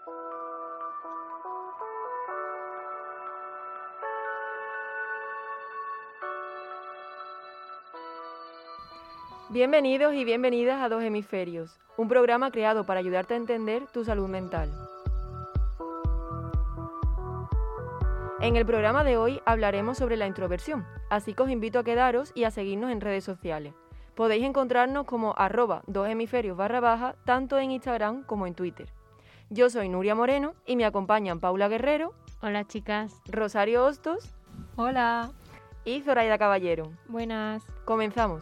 Bienvenidos y bienvenidas a Dos Hemisferios, un programa creado para ayudarte a entender tu salud mental. En el programa de hoy hablaremos sobre la introversión, así que os invito a quedaros y a seguirnos en redes sociales. Podéis encontrarnos como @2hemisferios _ tanto en Instagram como en Twitter. Yo soy Nuria Moreno y me acompañan Paula Guerrero. Hola, chicas. Rosario Hostos. Hola. Y Zoraida Caballero. Buenas. Comenzamos.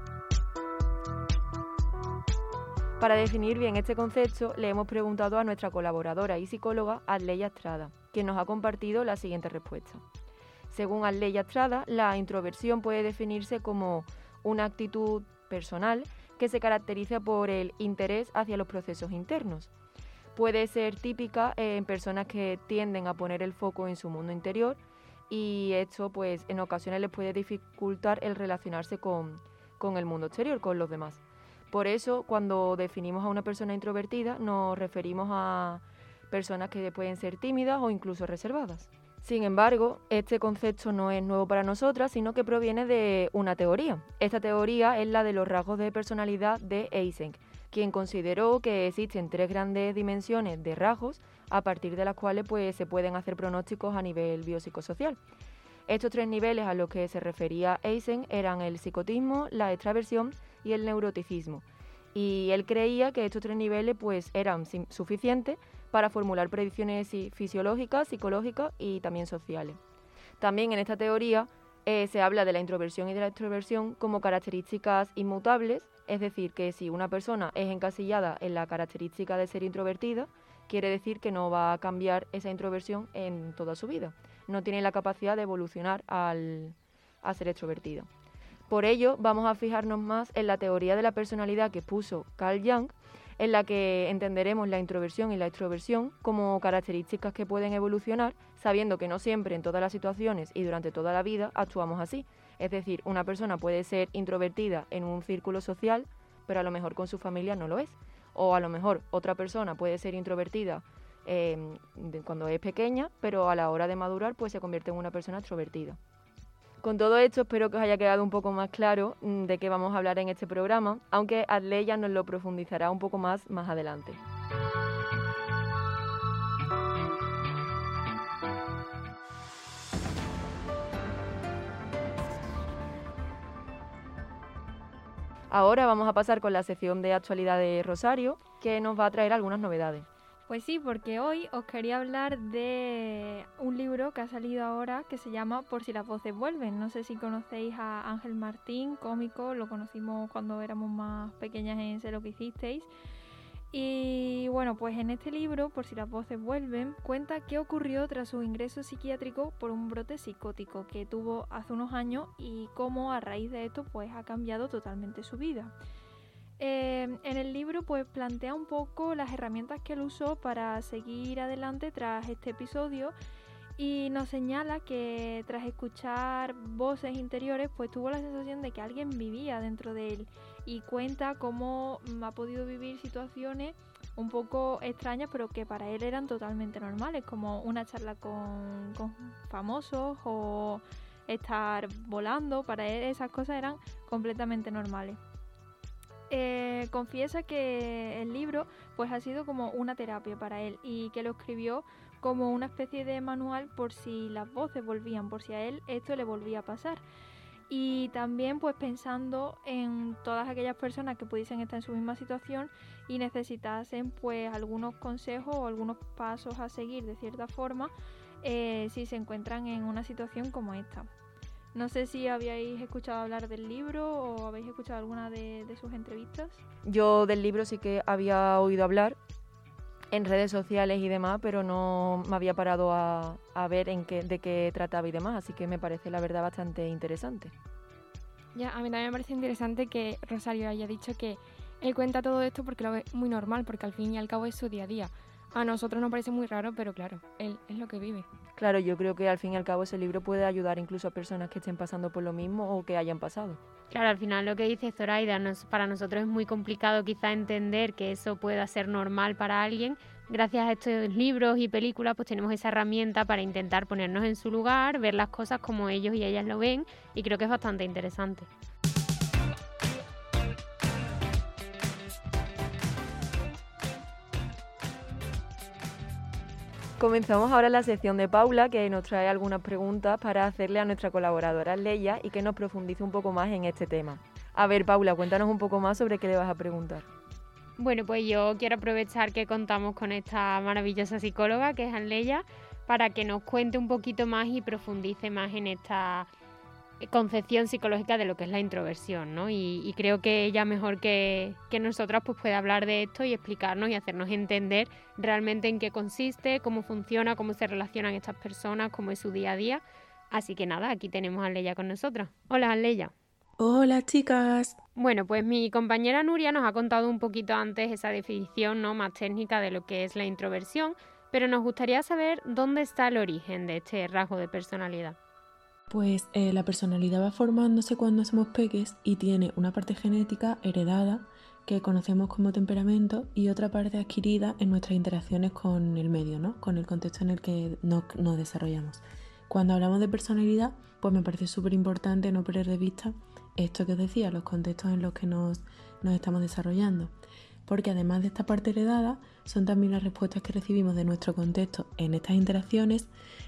Para definir bien este concepto, le hemos preguntado a nuestra colaboradora y psicóloga Adleya Estrada, quien nos ha compartido la siguiente respuesta. Según Adleya Estrada, la introversión puede definirse como una actitud personal que se caracteriza por el interés hacia los procesos internos. Puede ser típica en personas que tienden a poner el foco en su mundo interior y esto pues en ocasiones les puede dificultar el relacionarse con el mundo exterior, con los demás. Por eso, cuando definimos a una persona introvertida, nos referimos a personas que pueden ser tímidas o incluso reservadas. Sin embargo, este concepto no es nuevo para nosotras, sino que proviene de una teoría. Esta teoría es la de los rasgos de personalidad de Eysenck, quien consideró que existen 3 grandes dimensiones de rasgos a partir de las cuales pues, se pueden hacer pronósticos a nivel biopsicosocial. Estos 3 niveles a los que se refería Eysenck eran el psicotismo, la extraversión y el neuroticismo. Y él creía que estos 3 niveles pues, eran suficientes para formular predicciones fisiológicas, psicológicas y también sociales. También en esta teoría se habla de la introversión y de la extroversión como características inmutables, es decir, que si una persona es encasillada en la característica de ser introvertida, quiere decir que no va a cambiar esa introversión en toda su vida. No tiene la capacidad de evolucionar a ser extrovertida. Por ello, vamos a fijarnos más en la teoría de la personalidad que puso Carl Jung, en la que entenderemos la introversión y la extroversión como características que pueden evolucionar, sabiendo que no siempre en todas las situaciones y durante toda la vida actuamos así. Es decir, una persona puede ser introvertida en un círculo social, pero a lo mejor con su familia no lo es. O a lo mejor otra persona puede ser introvertida cuando es pequeña, pero a la hora de madurar pues se convierte en una persona extrovertida. Con todo esto espero que os haya quedado un poco más claro de qué vamos a hablar en este programa, aunque Adleya nos lo profundizará un poco más adelante. Ahora vamos a pasar con la sección de actualidad de Rosario, que nos va a traer algunas novedades. Pues sí, porque hoy os quería hablar de un libro que ha salido ahora que se llama Por si las voces vuelven. No sé si conocéis a Ángel Martín, cómico, lo conocimos cuando éramos más pequeñas en Sé lo que hicisteis. Y bueno, pues en este libro, Por si las voces vuelven, cuenta qué ocurrió tras su ingreso psiquiátrico por un brote psicótico que tuvo hace unos años y cómo a raíz de esto pues ha cambiado totalmente su vida. En el libro pues plantea un poco las herramientas que él usó para seguir adelante tras este episodio y nos señala que tras escuchar voces interiores pues tuvo la sensación de que alguien vivía dentro de él y cuenta cómo ha podido vivir situaciones un poco extrañas pero que para él eran totalmente normales, como una charla con famosos o estar volando. Para él esas cosas eran completamente normales. Confiesa que el libro pues ha sido como una terapia para él y que lo escribió como una especie de manual por si las voces volvían, por si a él esto le volvía a pasar. Y también pues pensando en todas aquellas personas que pudiesen estar en su misma situación y necesitasen pues algunos consejos o algunos pasos a seguir de cierta forma si se encuentran en una situación como esta. No sé si habíais escuchado hablar del libro o habéis escuchado alguna de sus entrevistas. Yo del libro sí que había oído hablar en redes sociales y demás, pero no me había parado a ver de qué trataba y demás, así que me parece la verdad bastante interesante. Ya, a mí también me parece interesante que Rosario haya dicho que él cuenta todo esto porque lo ve muy normal, porque al fin y al cabo es su día a día. A nosotros nos parece muy raro, pero claro, él es lo que vive. Claro, yo creo que al fin y al cabo ese libro puede ayudar incluso a personas que estén pasando por lo mismo o que hayan pasado. Claro, al final lo que dice Zoraida, para nosotros es muy complicado quizá entender que eso pueda ser normal para alguien. Gracias a estos libros y películas pues tenemos esa herramienta para intentar ponernos en su lugar, ver las cosas como ellos y ellas lo ven, y creo que es bastante interesante. Comenzamos ahora la sección de Paula, que nos trae algunas preguntas para hacerle a nuestra colaboradora Leia y que nos profundice un poco más en este tema. A ver, Paula, cuéntanos un poco más sobre qué le vas a preguntar. Bueno, pues yo quiero aprovechar que contamos con esta maravillosa psicóloga que es Leia para que nos cuente un poquito más y profundice más en esta concepción psicológica de lo que es la introversión, ¿no? Y creo que ella mejor que nosotras pues puede hablar de esto y explicarnos y hacernos entender realmente en qué consiste, cómo funciona, cómo se relacionan estas personas, cómo es su día a día. Así que nada, aquí tenemos a Leia con nosotros. Hola, Leia. Hola, chicas. Bueno, pues mi compañera Nuria nos ha contado un poquito antes esa definición, ¿no?, más técnica de lo que es la introversión, pero nos gustaría saber dónde está el origen de este rasgo de personalidad. Pues la personalidad va formándose cuando somos peques y tiene una parte genética heredada que conocemos como temperamento y otra parte adquirida en nuestras interacciones con el medio, ¿no?, con el contexto en el que nos desarrollamos. Cuando hablamos de personalidad, pues me parece súper importante no perder de vista esto que os decía, los contextos en los que nos estamos desarrollando. Porque además de esta parte heredada, son también las respuestas que recibimos de nuestro contexto en estas interacciones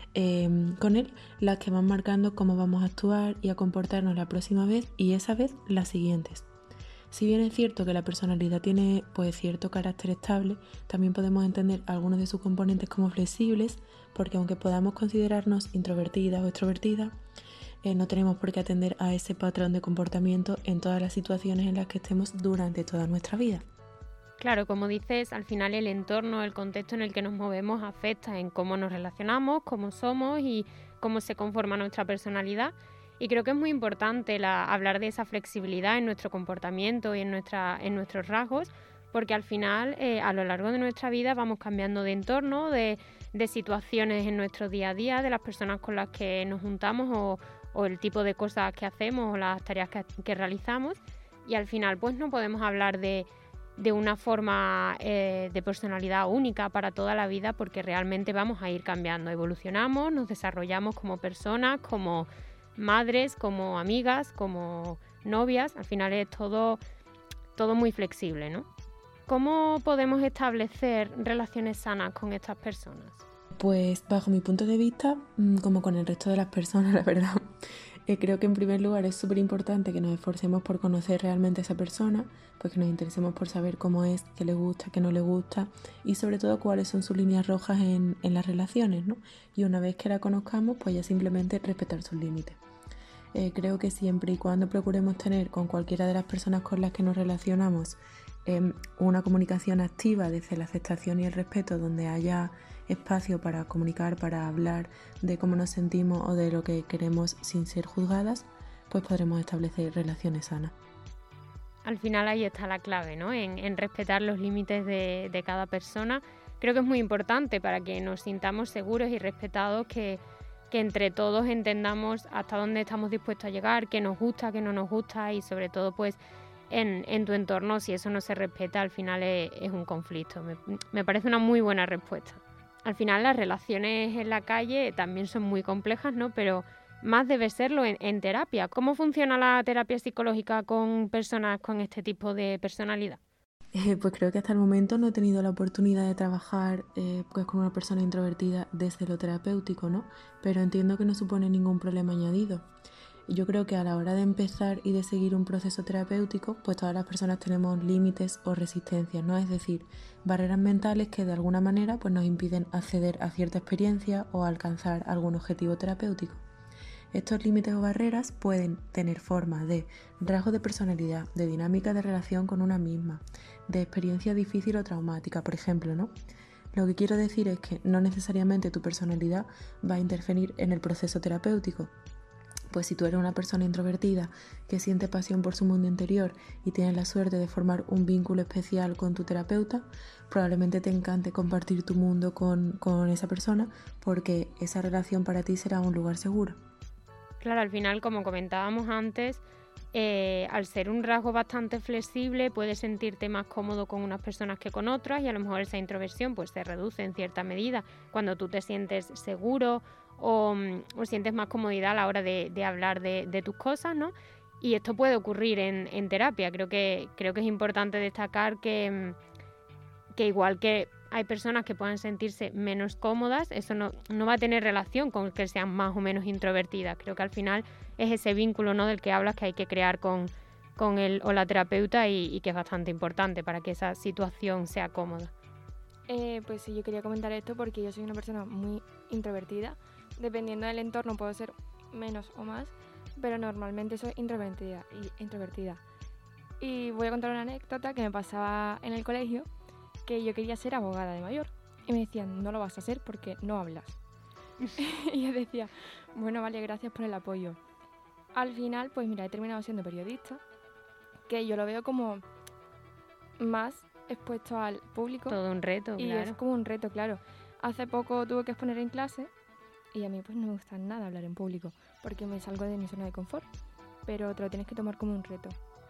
con él las que van marcando cómo vamos a actuar y a comportarnos la próxima vez y esa vez las siguientes. Si bien es cierto que la personalidad tiene pues cierto carácter estable, también podemos entender algunos de sus componentes como flexibles, porque aunque podamos considerarnos introvertidas o extrovertidas, no tenemos por qué atender a ese patrón de comportamiento en todas las situaciones en las que estemos durante toda nuestra vida. Claro, como dices, al final el entorno, el contexto en el que nos movemos afecta en cómo nos relacionamos, cómo somos y cómo se conforma nuestra personalidad. Y creo que es muy importante hablar de esa flexibilidad en nuestro comportamiento y en nuestros rasgos, porque al final, a lo largo de nuestra vida vamos cambiando de entorno, de situaciones en nuestro día a día, de las personas con las que nos juntamos o el tipo de cosas que hacemos o las tareas que realizamos. Y al final pues no podemos hablar de una forma de personalidad única para toda la vida, porque realmente vamos a ir cambiando, evolucionamos, nos desarrollamos como personas, como madres, como amigas, como novias. Al final es todo muy flexible, ¿no? ¿Cómo podemos establecer relaciones sanas con estas personas? Pues bajo mi punto de vista, como con el resto de las personas, la verdad, creo que en primer lugar es súper importante que nos esforcemos por conocer realmente a esa persona, pues que nos interesemos por saber cómo es, qué le gusta, qué no le gusta y sobre todo cuáles son sus líneas rojas en las relaciones, ¿no? Y una vez que la conozcamos, pues ya simplemente respetar sus límites. Creo que siempre y cuando procuremos tener con cualquiera de las personas con las que nos relacionamos una comunicación activa desde la aceptación y el respeto, donde haya espacio para comunicar, para hablar de cómo nos sentimos o de lo que queremos sin ser juzgadas, pues podremos establecer relaciones sanas. Al final ahí está la clave, ¿no? En respetar los límites de cada persona. Creo que es muy importante para que nos sintamos seguros y respetados, que entre todos entendamos hasta dónde estamos dispuestos a llegar, qué nos gusta, qué no nos gusta y sobre todo pues en tu entorno, si eso no se respeta, al final es un conflicto. Me parece una muy buena respuesta. Al final las relaciones en la calle también son muy complejas, ¿no? Pero más debe serlo en terapia. ¿Cómo funciona la terapia psicológica con personas con este tipo de personalidad? Pues creo que hasta el momento no he tenido la oportunidad de trabajar pues con una persona introvertida desde lo terapéutico, ¿no? Pero entiendo que no supone ningún problema añadido. Yo creo que a la hora de empezar y de seguir un proceso terapéutico, pues todas las personas tenemos límites o resistencias, ¿no? Es decir, barreras mentales que de alguna manera pues nos impiden acceder a cierta experiencia o alcanzar algún objetivo terapéutico. Estos límites o barreras pueden tener forma de rasgos de personalidad, de dinámica de relación con una misma, de experiencia difícil o traumática, por ejemplo, ¿no? Lo que quiero decir es que no necesariamente tu personalidad va a interferir en el proceso terapéutico. Pues si tú eres una persona introvertida que siente pasión por su mundo interior y tienes la suerte de formar un vínculo especial con tu terapeuta, probablemente te encante compartir tu mundo con esa persona porque esa relación para ti será un lugar seguro. Claro, al final, como comentábamos antes, al ser un rasgo bastante flexible, puedes sentirte más cómodo con unas personas que con otras y a lo mejor esa introversión pues se reduce en cierta medida cuando tú te sientes seguro o sientes más comodidad a la hora de hablar de tus cosas, ¿no? Y esto puede ocurrir en terapia. Creo que es importante destacar que igual que hay personas que puedan sentirse menos cómodas, eso no va a tener relación con que sean más o menos introvertidas. Creo que al final es ese vínculo, ¿no?, del que hablas, que hay que crear con el o la terapeuta y que es bastante importante para que esa situación sea cómoda. Pues sí, yo quería comentar esto porque yo soy una persona muy introvertida. Dependiendo del entorno puedo ser menos o más, pero normalmente soy introvertida. Y voy a contar una anécdota que me pasaba en el colegio, que yo quería ser abogada de mayor. Y me decían, no lo vas a hacer porque no hablas. Y yo decía, bueno, vale, gracias por el apoyo. Al final, pues mira, he terminado siendo periodista, que yo lo veo como más expuesto al público. Todo un reto, y claro. es como un reto, claro. Hace poco tuve que exponer en clase y a mí pues no me gusta nada hablar en público porque me salgo de mi zona de confort, pero te lo tienes que tomar como un reto.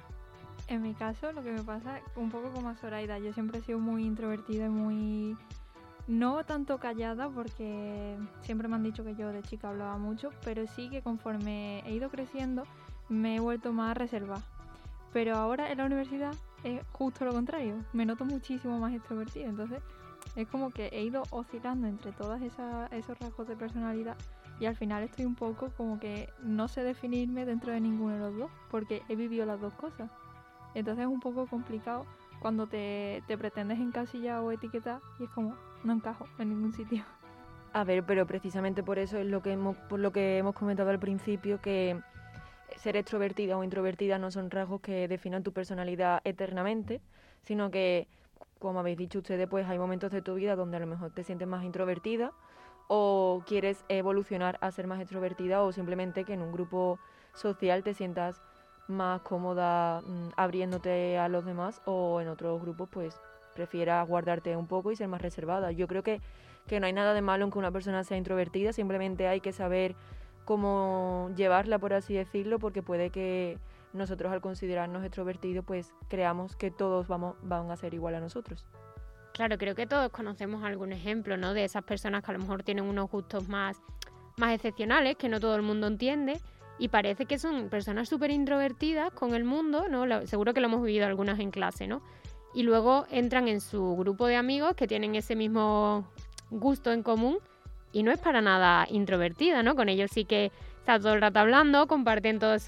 En mi caso, lo que me pasa un poco como a Zoraida, yo siempre he sido muy introvertida y muy... no tanto callada, porque siempre me han dicho que yo de chica hablaba mucho, pero sí que conforme he ido creciendo me he vuelto más reservada. Pero ahora en la universidad es justo lo contrario, me noto muchísimo más extrovertida, entonces es como que he ido oscilando entre todos esos rasgos de personalidad y al final estoy un poco como que no sé definirme dentro de ninguno de los dos, porque he vivido las dos cosas. Entonces es un poco complicado cuando te pretendes encasillar o etiquetar y es como, no encajo en ningún sitio. A ver, pero precisamente por eso es por lo que hemos comentado al principio, que ser extrovertida o introvertida no son rasgos que definan tu personalidad eternamente, sino que, como habéis dicho ustedes, pues hay momentos de tu vida donde a lo mejor te sientes más introvertida o quieres evolucionar a ser más extrovertida, o simplemente que en un grupo social te sientas más cómoda abriéndote a los demás, o en otros grupos pues prefieras guardarte un poco y ser más reservada. Yo creo que no hay nada de malo en que una persona sea introvertida, simplemente hay que saber cómo llevarla, por así decirlo, porque puede que nosotros al considerarnos extrovertidos pues creamos que todos van a ser igual a nosotros. Claro, creo que todos conocemos algún ejemplo, ¿no?, de esas personas que a lo mejor tienen unos gustos más excepcionales, que no todo el mundo entiende, y parece que son personas súper introvertidas con el mundo, ¿no? Seguro que lo hemos vivido algunas en clase, ¿no? Y luego entran en su grupo de amigos que tienen ese mismo gusto en común y no es para nada introvertida, ¿no? Con ellos sí que está todo el rato hablando, comparten todas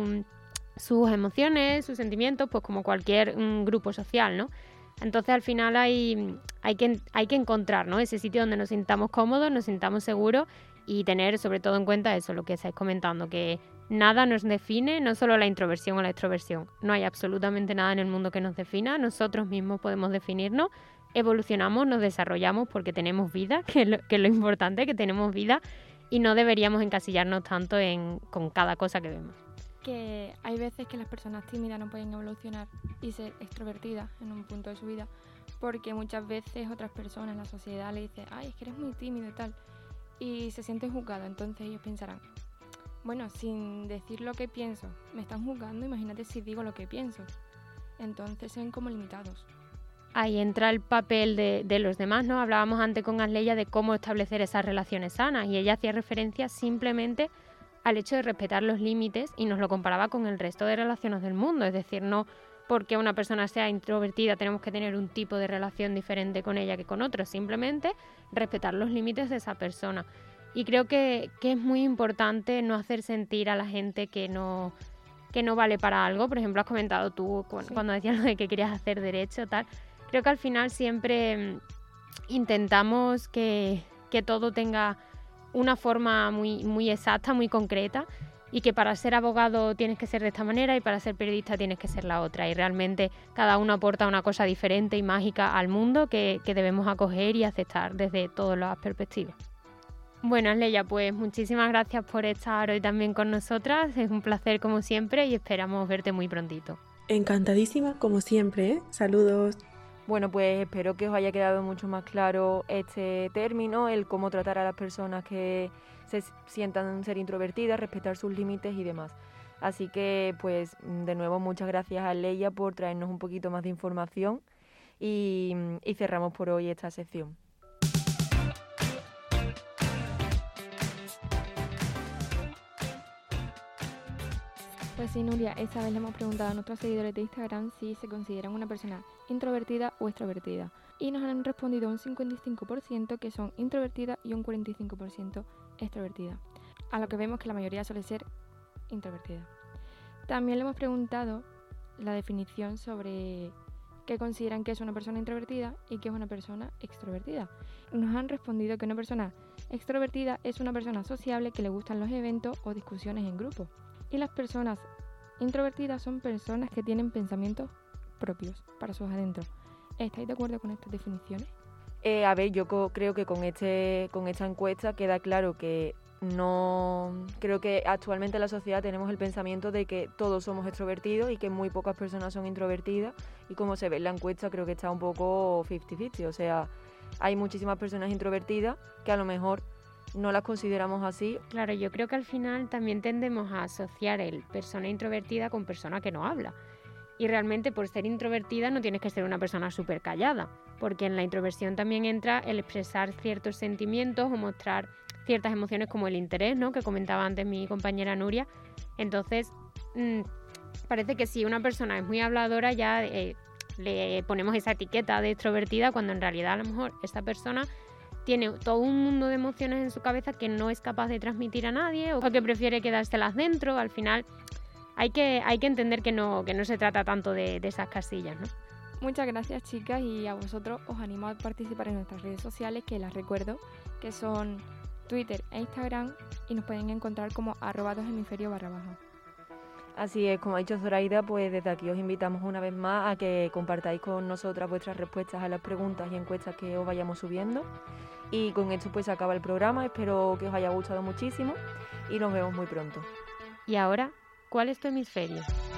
sus emociones, sus sentimientos, pues como cualquier grupo social, ¿no? Entonces al final hay que encontrar, ¿no?, ese sitio donde nos sintamos cómodos, nos sintamos seguros y tener sobre todo en cuenta eso, lo que estáis comentando, que nada nos define, no solo la introversión o la extroversión. No hay absolutamente nada en el mundo que nos defina, nosotros mismos podemos definirnos, evolucionamos, nos desarrollamos porque tenemos vida, que es lo importante, que tenemos vida, y no deberíamos encasillarnos tanto con cada cosa que vemos. Que hay veces que las personas tímidas no pueden evolucionar y ser extrovertidas en un punto de su vida, porque muchas veces otras personas en la sociedad le dicen, ay, es que eres muy tímido y tal, y se sienten juzgados. Entonces ellos pensarán, bueno, sin decir lo que pienso, me están juzgando, imagínate si digo lo que pienso. Entonces se ven como limitados. Ahí entra el papel de los demás, ¿no? Hablábamos antes con Asleya de cómo establecer esas relaciones sanas y ella hacía referencia simplemente al hecho de respetar los límites y nos lo comparaba con el resto de relaciones del mundo. Es decir, no porque una persona sea introvertida tenemos que tener un tipo de relación diferente con ella que con otros, simplemente respetar los límites de esa persona. Y creo que es muy importante no hacer sentir a la gente que no vale para algo. Por ejemplo, has comentado tú cuando decías lo de que querías hacer derecho, tal. Creo que al final siempre intentamos que todo tenga una forma muy, muy exacta, muy concreta, y que para ser abogado tienes que ser de esta manera y para ser periodista tienes que ser la otra. Y realmente cada uno aporta una cosa diferente y mágica al mundo que debemos acoger y aceptar desde todas las perspectivas. Bueno, Leia, pues muchísimas gracias por estar hoy también con nosotras. Es un placer como siempre y esperamos verte muy prontito. Encantadísima como siempre, ¿eh? Saludos. Bueno, pues espero que os haya quedado mucho más claro este término, el cómo tratar a las personas que se sientan ser introvertidas, respetar sus límites y demás. Así que, pues, de nuevo, muchas gracias a Leia por traernos un poquito más de información y cerramos por hoy esta sección. Pues sí, Nuria, esta vez le hemos preguntado a nuestros seguidores de Instagram si se consideran una persona introvertida o extrovertida. Y nos han respondido un 55% que son introvertidas y un 45% extrovertidas. A lo que vemos que la mayoría suele ser introvertida. También le hemos preguntado la definición sobre qué consideran que es una persona introvertida y qué es una persona extrovertida. Nos han respondido que una persona extrovertida es una persona sociable que le gustan los eventos o discusiones en grupo. Y las personas introvertidas son personas que tienen pensamientos propios para sus adentros. ¿Estáis de acuerdo con estas definiciones? A ver, yo creo que con esta encuesta queda claro que no... Creo que actualmente en la sociedad tenemos el pensamiento de que todos somos extrovertidos y que muy pocas personas son introvertidas, y como se ve en la encuesta creo que está un poco 50-50, o sea, hay muchísimas personas introvertidas que a lo mejor no las consideramos así. Claro, yo creo que al final también tendemos a asociar el persona introvertida con persona que no habla. Y realmente por ser introvertida no tienes que ser una persona súper callada, porque en la introversión también entra el expresar ciertos sentimientos o mostrar ciertas emociones como el interés, ¿no?, que comentaba antes mi compañera Nuria. Entonces, parece que si una persona es muy habladora ya le ponemos esa etiqueta de extrovertida, cuando en realidad a lo mejor esa persona tiene todo un mundo de emociones en su cabeza que no es capaz de transmitir a nadie o que prefiere quedárselas dentro. Al final hay que entender que no se trata tanto de esas casillas, ¿no? Muchas gracias, chicas, y a vosotros os animo a participar en nuestras redes sociales, que las recuerdo, que son Twitter e Instagram, y nos pueden encontrar como @2hemisferio_. Así es, como ha dicho Zoraida, pues desde aquí os invitamos una vez más a que compartáis con nosotras vuestras respuestas a las preguntas y encuestas que os vayamos subiendo. Y con esto pues se acaba el programa, espero que os haya gustado muchísimo y nos vemos muy pronto. Y ahora, ¿cuál es tu hemisferio?